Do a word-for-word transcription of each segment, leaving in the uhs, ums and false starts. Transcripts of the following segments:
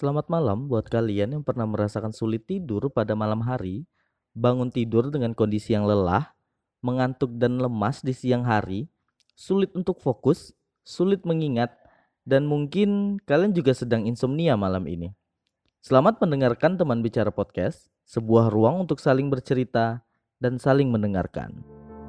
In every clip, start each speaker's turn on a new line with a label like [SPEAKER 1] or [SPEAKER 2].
[SPEAKER 1] Selamat malam buat kalian yang pernah merasakan sulit tidur pada malam hari, bangun tidur dengan kondisi yang lelah, mengantuk dan lemas di siang hari, sulit untuk fokus, sulit mengingat, dan mungkin kalian juga sedang insomnia malam ini. Selamat mendengarkan teman bicara podcast, sebuah ruang untuk saling bercerita dan saling mendengarkan.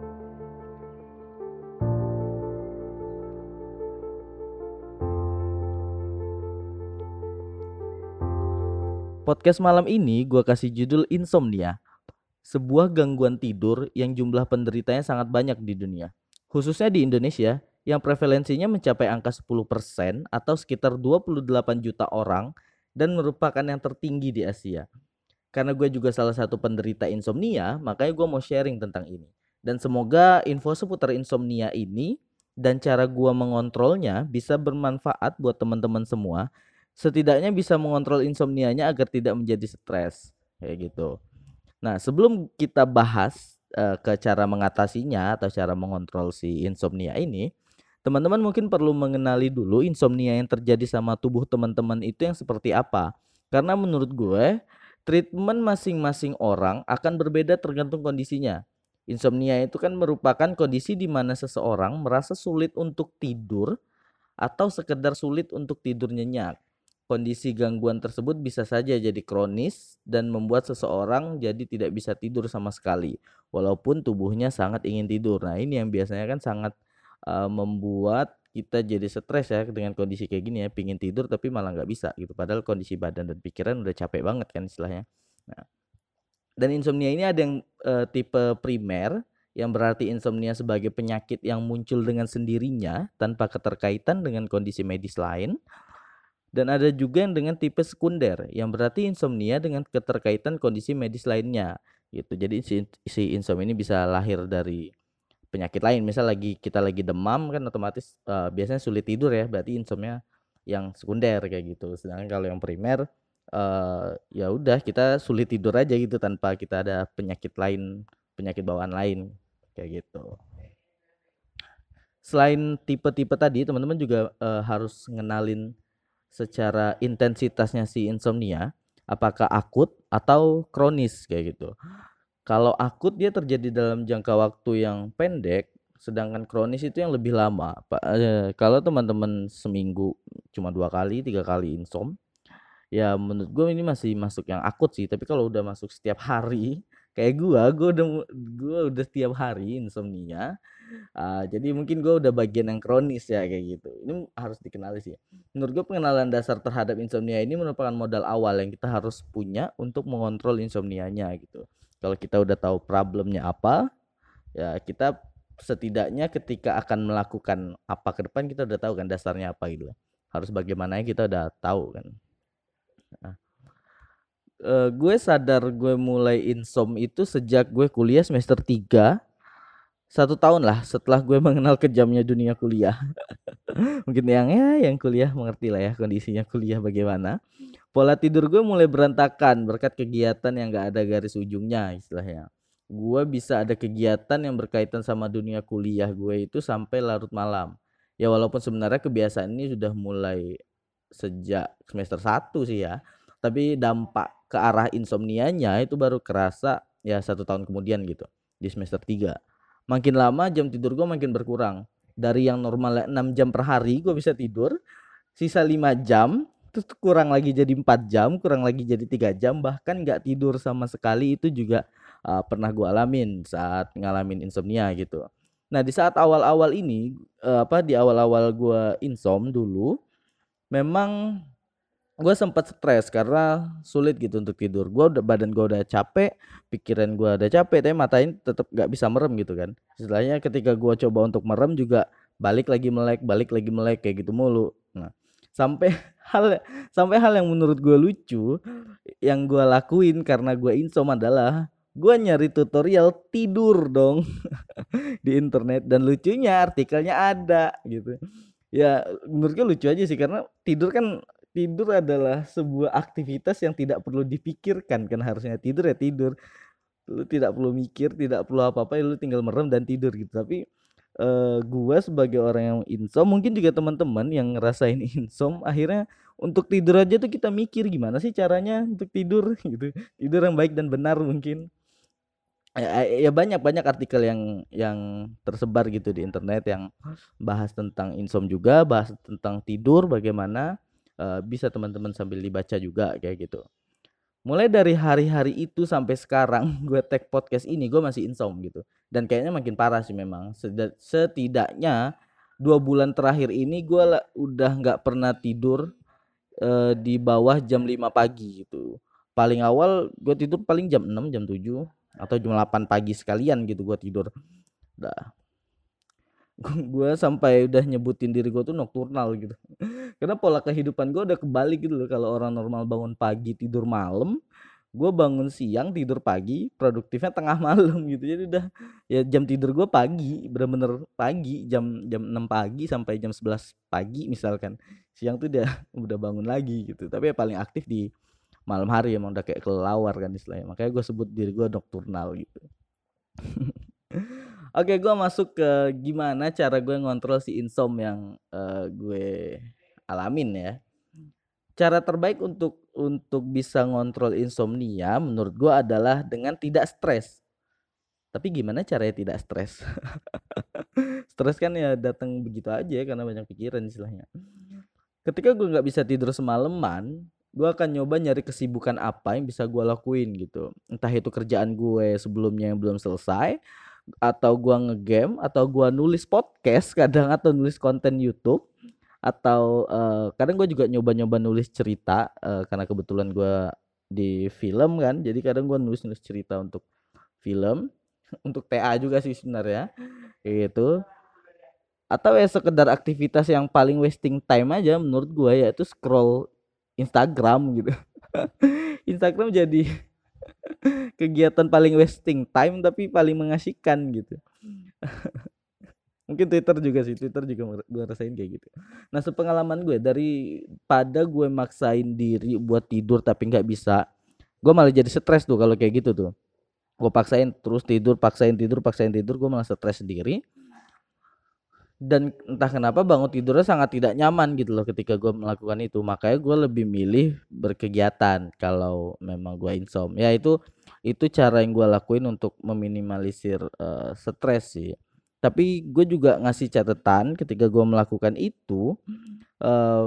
[SPEAKER 1] Podcast malam ini gue kasih judul Insomnia. Sebuah gangguan tidur yang jumlah penderitanya sangat banyak di dunia, khususnya di Indonesia yang prevalensinya mencapai angka sepuluh persen atau sekitar dua puluh delapan juta orang dan merupakan yang tertinggi di Asia. Karena gue juga salah satu penderita insomnia, makanya gue mau sharing tentang ini. Dan semoga info seputar insomnia ini dan cara gue mengontrolnya bisa bermanfaat buat teman-teman semua. Setidaknya bisa mengontrol insomnianya agar tidak menjadi stres, kayak gitu. Nah, sebelum kita bahas eh, ke cara mengatasinya atau cara mengontrol si insomnia ini, teman-teman mungkin perlu mengenali dulu insomnia yang terjadi sama tubuh teman-teman itu yang seperti apa. Karena menurut gue, treatment masing-masing orang akan berbeda tergantung kondisinya. Insomnia itu kan merupakan kondisi di mana seseorang merasa sulit untuk tidur atau sekedar sulit untuk tidur nyenyak. Kondisi gangguan tersebut bisa saja jadi kronis dan membuat seseorang jadi tidak bisa tidur sama sekali, walaupun tubuhnya sangat ingin tidur. Nah, ini yang biasanya kan sangat uh, membuat kita jadi stres ya dengan kondisi kayak gini ya, pingin tidur tapi malah nggak bisa gitu. Padahal kondisi badan dan pikiran udah capek banget kan istilahnya. Nah, dan insomnia ini ada yang uh, tipe primer yang berarti insomnia sebagai penyakit yang muncul dengan sendirinya tanpa keterkaitan dengan kondisi medis lain. Dan ada juga yang dengan tipe sekunder yang berarti insomnia dengan keterkaitan kondisi medis lainnya gitu. Jadi si, si insomnia ini bisa lahir dari penyakit lain. Misal lagi kita lagi demam kan otomatis uh, biasanya sulit tidur ya, berarti insomnia yang sekunder kayak gitu. Sedangkan kalau yang primer uh, ya udah kita sulit tidur aja gitu tanpa kita ada penyakit lain, penyakit bawaan lain kayak gitu. Selain tipe-tipe tadi, teman-teman juga uh, harus ngenalin secara intensitasnya si insomnia, apakah akut atau kronis kayak gitu. Kalau akut dia terjadi dalam jangka waktu yang pendek, sedangkan kronis itu yang lebih lama. Eh, kalau teman-teman seminggu cuma dua kali, tiga kali insom, ya menurut gue ini masih masuk yang akut sih. Tapi kalau udah masuk setiap hari, kayak gue, gue udah gue udah setiap hari insomnia. Ah, jadi mungkin gue udah bagian yang kronis ya kayak gitu. Ini harus dikenali sih. Menurut gue pengenalan dasar terhadap insomnia ini merupakan modal awal yang kita harus punya untuk mengontrol insomnianya gitu. Kalau kita udah tahu problemnya apa, ya kita setidaknya ketika akan melakukan apa ke depan kita udah tahu kan dasarnya apa gitu. Harus bagaimana kita udah tahu kan. Nah, eh, gue sadar gue mulai insom itu sejak gue kuliah semester tiga, satu tahun lah setelah gue mengenal kejamnya dunia kuliah. Mungkin yang ya yang kuliah mengerti lah ya kondisinya kuliah bagaimana. Pola tidur gue mulai berantakan berkat kegiatan yang gak ada garis ujungnya istilahnya. Gue bisa ada kegiatan yang berkaitan sama dunia kuliah gue itu sampai larut malam. Ya walaupun sebenarnya kebiasaan ini sudah mulai sejak semester satu sih ya. Tapi dampak ke arah insomnianya itu baru kerasa ya satu tahun kemudian gitu di semester tiga. Makin lama jam tidur gue makin berkurang. Dari yang normalnya enam jam per hari gue bisa tidur, sisa lima jam terus kurang lagi jadi empat jam, kurang lagi jadi tiga jam, bahkan nggak tidur sama sekali itu juga uh, pernah gue alamin saat ngalamin insomnia gitu. Nah, di saat awal-awal ini uh, apa di awal-awal gue insom dulu memang gue sempat stres karena sulit gitu untuk tidur. Gue udah badan gue udah capek, pikiran gue udah capek, tapi matain tetap nggak bisa merem gitu kan. Istilahnya ketika gue coba untuk merem juga balik lagi melek, balik lagi melek kayak gitu mulu. Nah, sampai hal sampai hal yang menurut gue lucu yang gue lakuin karena gue insom adalah gue nyari tutorial tidur dong di internet, dan lucunya artikelnya ada gitu. Ya menurut gue lucu aja sih karena tidur kan tidur adalah sebuah aktivitas yang tidak perlu dipikirkan kan, harusnya tidur ya tidur, lu tidak perlu mikir, tidak perlu apa-apa, lu tinggal merem dan tidur gitu. Tapi eh gua sebagai orang yang insom, mungkin juga teman-teman yang ngerasain insom, akhirnya untuk tidur aja tuh kita mikir gimana sih caranya untuk tidur gitu. Tidur yang baik dan benar mungkin. Ya, ya banyak banyak artikel yang yang tersebar gitu di internet yang bahas tentang insom juga, bahas tentang tidur bagaimana, eh, bisa teman-teman sambil dibaca juga kayak gitu. Mulai dari hari-hari itu sampai sekarang gue tag podcast ini gue masih insom gitu. Dan kayaknya makin parah sih memang. Seda- Setidaknya dua bulan terakhir ini gue la- udah nggak pernah tidur eh, di bawah jam lima pagi gitu. Paling awal gue tidur paling jam enam jam tujuh atau jam delapan pagi sekalian gitu gue tidur. Dah, gue sampai udah nyebutin diri gue tuh nokturnal gitu. Karena pola kehidupan gue udah kebalik gitu loh. Kalau orang normal bangun pagi tidur malam, gue bangun siang tidur pagi, produktifnya tengah malam gitu. Jadi udah, ya jam tidur gue pagi, bener-bener pagi, jam jam enam pagi sampai jam sebelas pagi misalkan. Siang tuh udah udah bangun lagi gitu. Tapi ya paling aktif di malam hari, emang udah kayak kelelawar kan istilahnya. Makanya gue sebut diri gue nocturnal gitu. Oke, gue masuk ke gimana cara gue ngontrol si insom yang eh, gue alamin ya. Cara terbaik untuk untuk bisa ngontrol insomnia menurut gue adalah dengan tidak stres. Tapi gimana caranya tidak stres? Stres kan ya datang begitu aja ya, karena banyak pikiran istilahnya. Ketika gue nggak bisa tidur semalaman, gue akan nyoba nyari kesibukan apa yang bisa gue lakuin gitu. Entah itu kerjaan gue sebelumnya yang belum selesai, atau gua ngegame, atau gua nulis podcast kadang, atau nulis konten YouTube, atau eh, kadang gue juga nyoba-nyoba nulis cerita, eh, karena kebetulan gua di film kan, jadi kadang gua nulis-nulis cerita untuk film, untuk T A juga sih sebenarnya kayak gitu. Atau ya sekedar aktivitas yang paling wasting time aja menurut gua, yaitu scroll Instagram gitu. Instagram jadi kegiatan paling wasting time tapi paling mengasihkan gitu. Mungkin Twitter juga sih, Twitter juga gue rasain kayak gitu. Nah, sepengalaman gue, daripada gue maksain diri buat tidur tapi nggak bisa, gue malah jadi stres tuh kalau kayak gitu tuh. Gue paksain terus tidur, paksain tidur, paksain tidur, gue malah stres sendiri. Dan entah kenapa bangun tidurnya sangat tidak nyaman gitu loh ketika gue melakukan itu. Makanya gue lebih milih berkegiatan kalau memang gue insom. Ya itu itu cara yang gue lakuin untuk meminimalisir eh, stres sih. Tapi gue juga ngasih catatan ketika gue melakukan itu, eh,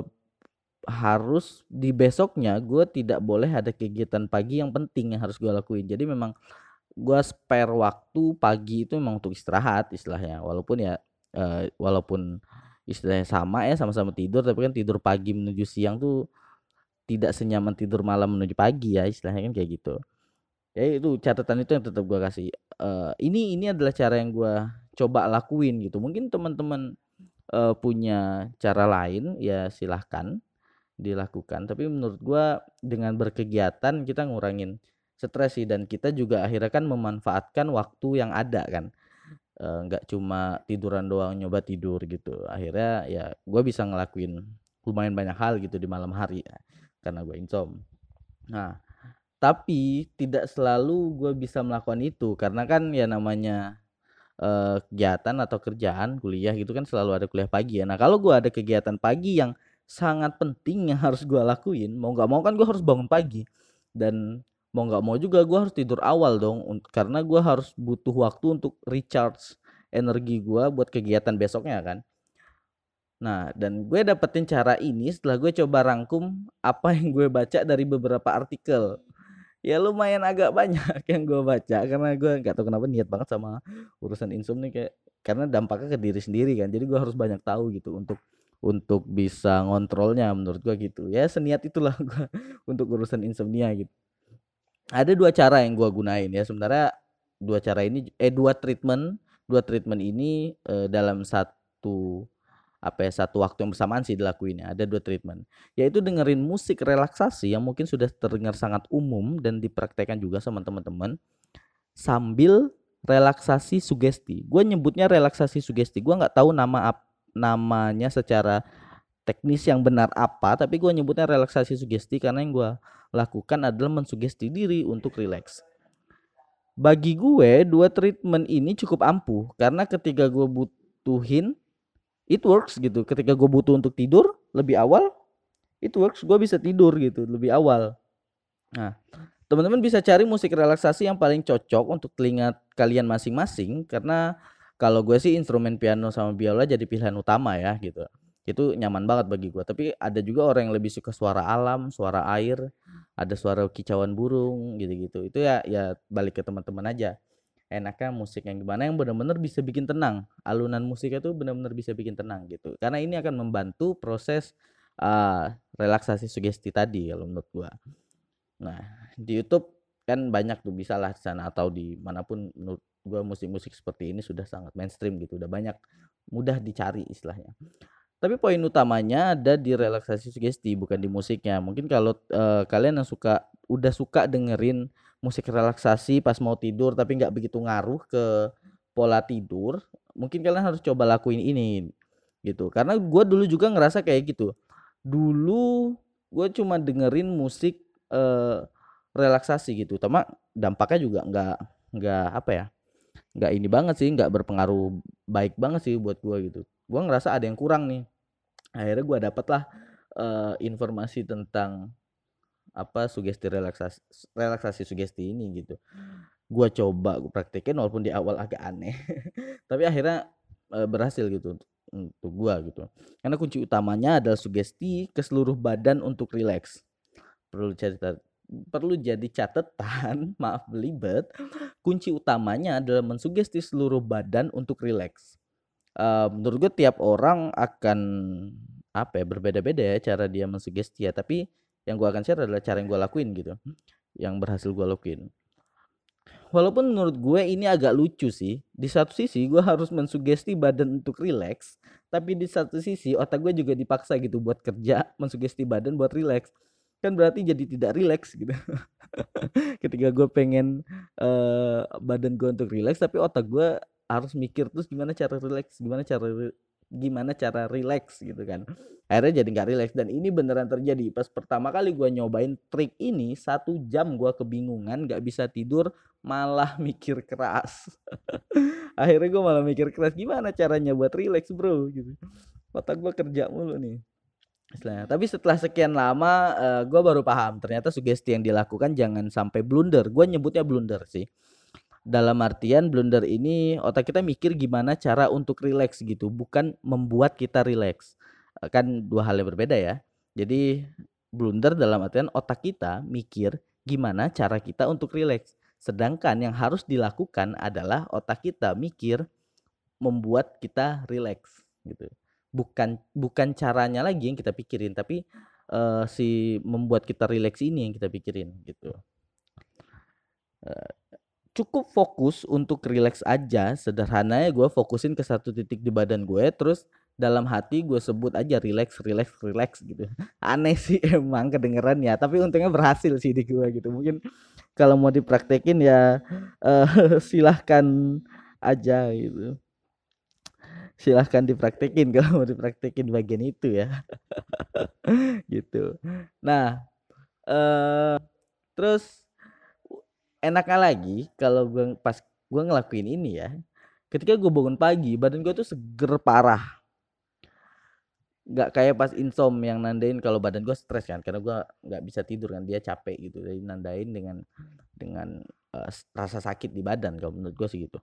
[SPEAKER 1] harus di besoknya gue tidak boleh ada kegiatan pagi yang penting yang harus gue lakuin. Jadi memang gue spare waktu pagi itu memang untuk istirahat istilahnya. Walaupun ya eh, walaupun istilahnya sama ya, sama-sama tidur, tapi kan tidur pagi menuju siang tuh tidak senyaman tidur malam menuju pagi ya, istilahnya kan kayak gitu. Ya itu catatan itu yang tetap gue kasih. Eh, ini ini adalah cara yang gue coba lakuin gitu. Mungkin teman-teman eh, punya cara lain ya silahkan dilakukan. Tapi menurut gue dengan berkegiatan kita ngurangin stres sih, dan kita juga akhirnya kan memanfaatkan waktu yang ada kan. Eh, nggak cuma tiduran doang, nyoba tidur gitu, akhirnya ya gue bisa ngelakuin lumayan banyak hal gitu di malam hari ya, karena gue insom. Nah, tapi tidak selalu gue bisa melakukan itu, karena kan ya namanya eh, kegiatan atau kerjaan kuliah gitu kan selalu ada kuliah pagi ya. Nah, kalau gue ada kegiatan pagi yang sangat penting yang harus gue lakuin, mau nggak mau kan gue harus bangun pagi, dan mau nggak mau juga gue harus tidur awal dong, un- karena gue harus butuh waktu untuk recharge energi gue buat kegiatan besoknya kan. Nah, dan gue dapetin cara ini setelah gue coba rangkum apa yang gue baca dari beberapa artikel. Ya lumayan agak banyak yang gue baca, karena gue nggak tahu kenapa niat banget sama urusan insomnia, kayak karena dampaknya ke diri sendiri kan, jadi gue harus banyak tahu gitu untuk untuk bisa ngontrolnya, menurut gue gitu ya, seniat itulah gue untuk urusan insomnia gitu. Ada dua cara yang gue gunain ya sebenarnya. Dua cara ini eh dua treatment dua treatment ini eh, dalam satu apa ya satu waktu yang bersamaan sih dilakuinnya. Ada dua treatment, yaitu dengerin musik relaksasi yang mungkin sudah terdengar sangat umum dan dipraktekkan juga sama teman-teman, sambil relaksasi sugesti. Gue nyebutnya relaksasi sugesti, gue nggak tahu nama ap- namanya secara teknis yang benar apa, tapi gue nyebutnya relaksasi sugesti karena yang gue lakukan adalah mensugesti diri untuk rileks. Bagi gue dua treatment ini cukup ampuh, karena ketika gue but butuhin, it works gitu. Ketika gue butuh untuk tidur lebih awal, it works, gue bisa tidur gitu lebih awal. Nah, teman-teman bisa cari musik relaksasi yang paling cocok untuk telinga kalian masing-masing, karena kalau gue sih instrumen piano sama biola jadi pilihan utama ya gitu. Itu nyaman banget bagi gue. Tapi ada juga orang yang lebih suka suara alam, suara air, ada suara kicauan burung gitu-gitu. Itu ya ya balik ke teman-teman aja. Enaknya musik yang gimana yang benar-benar bisa bikin tenang. Alunan musiknya tuh benar-benar bisa bikin tenang gitu. Karena ini akan membantu proses uh, relaksasi sugesti tadi kalau menurut gua. Nah, di YouTube kan banyak tuh, bisa lah di sana atau di manapun, menurut gua musik-musik seperti ini sudah sangat mainstream gitu. Udah banyak, mudah dicari istilahnya. Tapi poin utamanya ada di relaksasi sugesti, bukan di musiknya. Mungkin kalau uh, kalian yang suka udah suka dengerin musik relaksasi pas mau tidur tapi nggak begitu ngaruh ke pola tidur, mungkin kalian harus coba lakuin ini gitu. Karena gue dulu juga ngerasa kayak gitu. Dulu gue cuma dengerin musik uh, relaksasi gitu, tapi dampaknya juga nggak nggak apa ya, nggak ini banget sih, nggak berpengaruh baik banget sih buat gue gitu. Gue ngerasa ada yang kurang nih. Akhirnya gue dapet lah uh, informasi tentang apa sugesti relaksasi relaksasi sugesti ini gitu. Gue coba gue praktekin walaupun di awal agak aneh tapi akhirnya uh, berhasil gitu untuk, untuk gue gitu. Karena kunci utamanya adalah sugesti ke seluruh badan untuk rileks. Perlu cerita perlu jadi catatan maaf belibet, kunci utamanya adalah mensugesti seluruh badan untuk rileks. Uh, menurut gue tiap orang akan apa ya, berbeda-beda ya cara dia mensugesti ya, tapi yang gue akan share adalah cara yang gue lakuin gitu, yang berhasil gue lakuin. Walaupun menurut gue ini agak lucu sih, di satu sisi gue harus mensugesti badan untuk rileks, tapi di satu sisi otak gue juga dipaksa gitu buat kerja mensugesti badan buat rileks, kan berarti jadi tidak rileks gitu. Ketika gue pengen uh, badan gue untuk rileks tapi otak gue harus mikir terus gimana cara rileks, gimana cara gimana cara rileks gitu kan. Akhirnya jadi nggak rileks, dan ini beneran terjadi. Pas pertama kali gue nyobain trik ini, satu jam gue kebingungan, nggak bisa tidur, malah mikir keras. Akhirnya gue malah mikir keras gimana caranya buat rileks bro gitu. Otak gue kerja mulu nih. Nah, tapi setelah sekian lama uh, gue baru paham ternyata sugesti yang dilakukan jangan sampai blunder. Gue nyebutnya blunder sih. Dalam artian blunder ini otak kita mikir gimana cara untuk rileks gitu, bukan membuat kita rileks. Kan dua hal yang berbeda ya. Jadi blunder dalam artian otak kita mikir gimana cara kita untuk rileks. Sedangkan yang harus dilakukan adalah otak kita mikir membuat kita rileks gitu. Bukan bukan caranya lagi yang kita pikirin, tapi uh, si membuat kita rileks ini yang kita pikirin gitu. Uh, cukup fokus untuk rileks aja. Sederhananya gue fokusin ke satu titik di badan gue, terus dalam hati gue sebut aja rileks rileks rileks gitu. Aneh sih emang kedengeran ya, tapi untungnya berhasil sih di gue gitu. Mungkin kalau mau dipraktekin ya uh, silahkan aja gitu. Silahkan dipraktekin kalau mau dipraktekin bagian itu ya. Gitu. Nah uh, terus enaknya lagi kalau gue pas gue ngelakuin ini ya, ketika gue bangun pagi badan gue tuh seger parah, nggak kayak pas insom yang nandain kalau badan gue stres kan, karena gue nggak bisa tidur kan, dia capek gitu, jadi nandain dengan dengan uh, rasa sakit di badan kalau menurut gue sih gitu.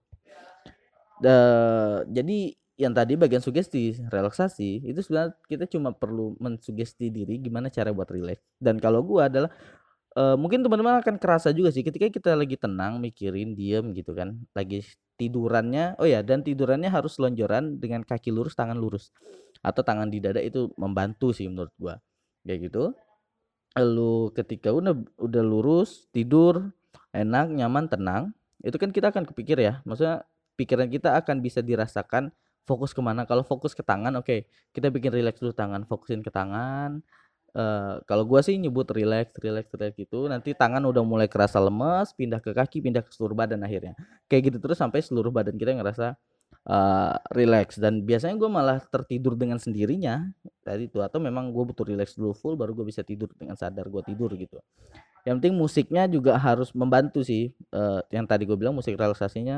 [SPEAKER 1] Uh, jadi yang tadi bagian sugesti relaksasi itu sebenarnya kita cuma perlu mensugesti diri gimana cara buat relax. Dan kalau gue adalah Uh, mungkin teman-teman akan kerasa juga sih ketika kita lagi tenang mikirin diem gitu kan, lagi tidurannya, oh ya, dan tidurannya harus lonjoran dengan kaki lurus tangan lurus atau tangan di dada, itu membantu sih menurut gua kayak gitu. Lalu ketika udah udah lurus tidur enak nyaman tenang, itu kan kita akan kepikir ya, maksudnya pikiran kita akan bisa dirasakan fokus kemana. Kalau fokus ke tangan, oke okay, kita bikin relax dulu tangan, fokusin ke tangan. Uh, kalau gue sih nyebut relax, relax, relax gitu. Nanti tangan udah mulai kerasa lemas, pindah ke kaki, pindah ke seluruh badan akhirnya. Kayak gitu terus sampai seluruh badan kita ngerasa uh, relax. Dan biasanya gue malah tertidur dengan sendirinya tadi itu. Atau memang gue butuh relax dulu full, baru gue bisa tidur dengan sadar gue tidur gitu. Yang penting musiknya juga harus membantu sih. Uh, yang tadi gue bilang musik relaksasinya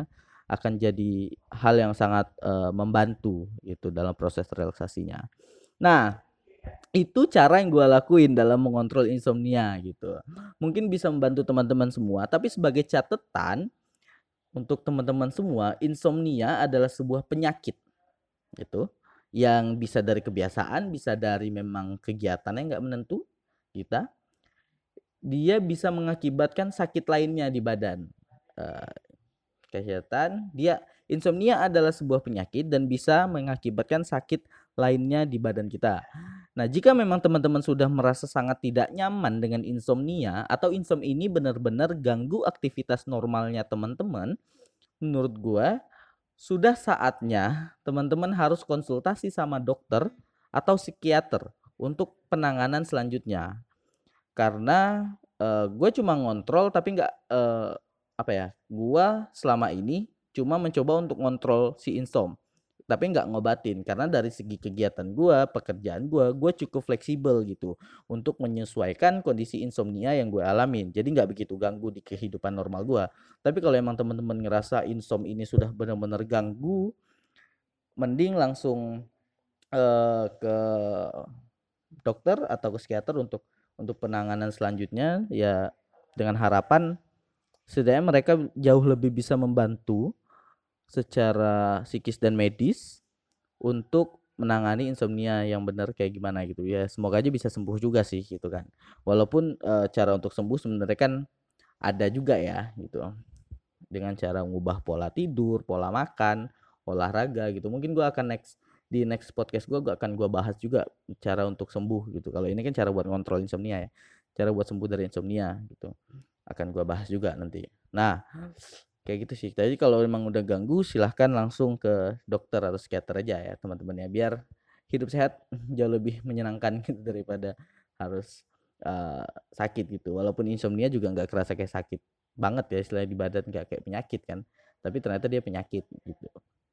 [SPEAKER 1] akan jadi hal yang sangat uh, membantu gitu dalam proses relaksasinya. Nah, itu cara yang gue lakuin dalam mengontrol insomnia gitu. Mungkin bisa membantu teman-teman semua, tapi sebagai catatan untuk teman-teman semua, insomnia adalah sebuah penyakit gitu, yang bisa dari kebiasaan, bisa dari memang kegiatan yang nggak menentu kita. Dia bisa mengakibatkan sakit lainnya di badan. Uh, kesehatan, dia insomnia adalah sebuah penyakit dan bisa mengakibatkan sakit lainnya di badan kita. Nah, jika memang teman-teman sudah merasa sangat tidak nyaman dengan insomnia atau insomnia ini benar-benar ganggu aktivitas normalnya teman-teman, menurut gua sudah saatnya teman-teman harus konsultasi sama dokter atau psikiater untuk penanganan selanjutnya. Karena uh, gue cuma ngontrol tapi nggak uh, apa ya, gue selama ini cuma mencoba untuk ngontrol si insom tapi nggak ngobatin, karena dari segi kegiatan gue, pekerjaan gue, gue cukup fleksibel gitu untuk menyesuaikan kondisi insomnia yang gue alamin, jadi nggak begitu ganggu di kehidupan normal gue. Tapi kalau emang teman-teman ngerasa insom ini sudah benar-benar ganggu, mending langsung uh, ke dokter atau ke psikiater untuk untuk penanganan selanjutnya ya, dengan harapan setidaknya mereka jauh lebih bisa membantu secara psikis dan medis untuk menangani insomnia yang benar kayak gimana gitu ya. Semoga aja bisa sembuh juga sih gitu kan. Walaupun e, cara untuk sembuh sebenarnya kan ada juga ya gitu. Dengan cara mengubah pola tidur, pola makan, olahraga gitu. Mungkin gua akan next di next podcast gue, gue akan gue bahas juga cara untuk sembuh gitu. Kalau ini kan cara buat ngontrol insomnia ya, cara buat sembuh dari insomnia gitu, akan gue bahas juga nanti. Nah, kayak gitu sih. Jadi kalau memang udah ganggu, silahkan langsung ke dokter atau psikiater aja ya teman-teman ya, biar hidup sehat jauh lebih menyenangkan gitu daripada harus uh, sakit gitu. Walaupun insomnia juga nggak kerasa kayak sakit banget ya, istilahnya di badan nggak kayak penyakit kan, tapi ternyata dia penyakit gitu.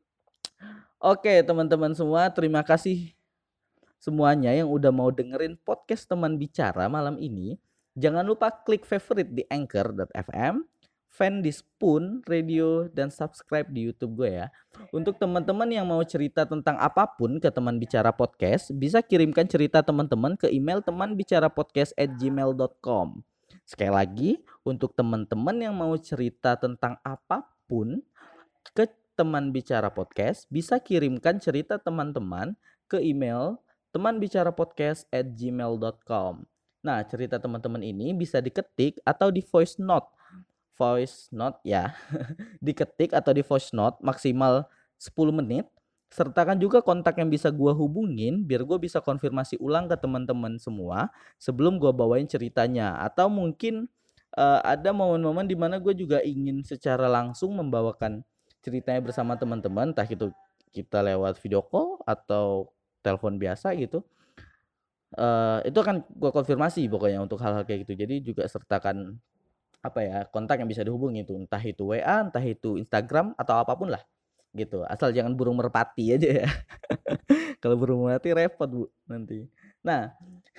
[SPEAKER 1] Oke teman-teman semua, terima kasih semuanya yang udah mau dengerin podcast Teman Bicara malam ini. Jangan lupa klik favorite di anchor dot f m, fan di Spoon Radio, dan subscribe di YouTube gue ya. Untuk teman-teman yang mau cerita tentang apapun ke Teman Bicara Podcast, bisa kirimkan cerita teman-teman ke email temanbicarapodcast at gmail dot com. Sekali lagi, untuk teman-teman yang mau cerita tentang apapun ke Teman Bicara Podcast, bisa kirimkan cerita teman-teman ke email temanbicarapodcast at gmail dot com. Nah, cerita teman-teman ini bisa diketik atau di voice note. Voice note ya. Diketik atau di voice note maksimal sepuluh menit. Sertakan juga kontak yang bisa gue hubungin biar gue bisa konfirmasi ulang ke teman-teman semua sebelum gue bawain ceritanya. Atau mungkin uh, ada momen-momen di mana gue juga ingin secara langsung membawakan ceritanya bersama teman-teman, entah itu kita lewat video call atau telepon biasa gitu. Uh, itu akan gue konfirmasi pokoknya untuk hal-hal kayak gitu. Jadi juga sertakan apa ya, kontak yang bisa dihubungi itu, entah itu W A, entah itu Instagram atau apapun lah gitu. Asal jangan burung merpati aja ya. Kalau burung merpati repot bu nanti. Nah,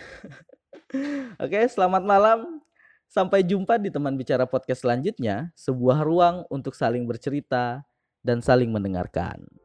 [SPEAKER 1] oke, selamat malam. Sampai jumpa di Teman Bicara Podcast selanjutnya, sebuah ruang untuk saling bercerita dan saling mendengarkan.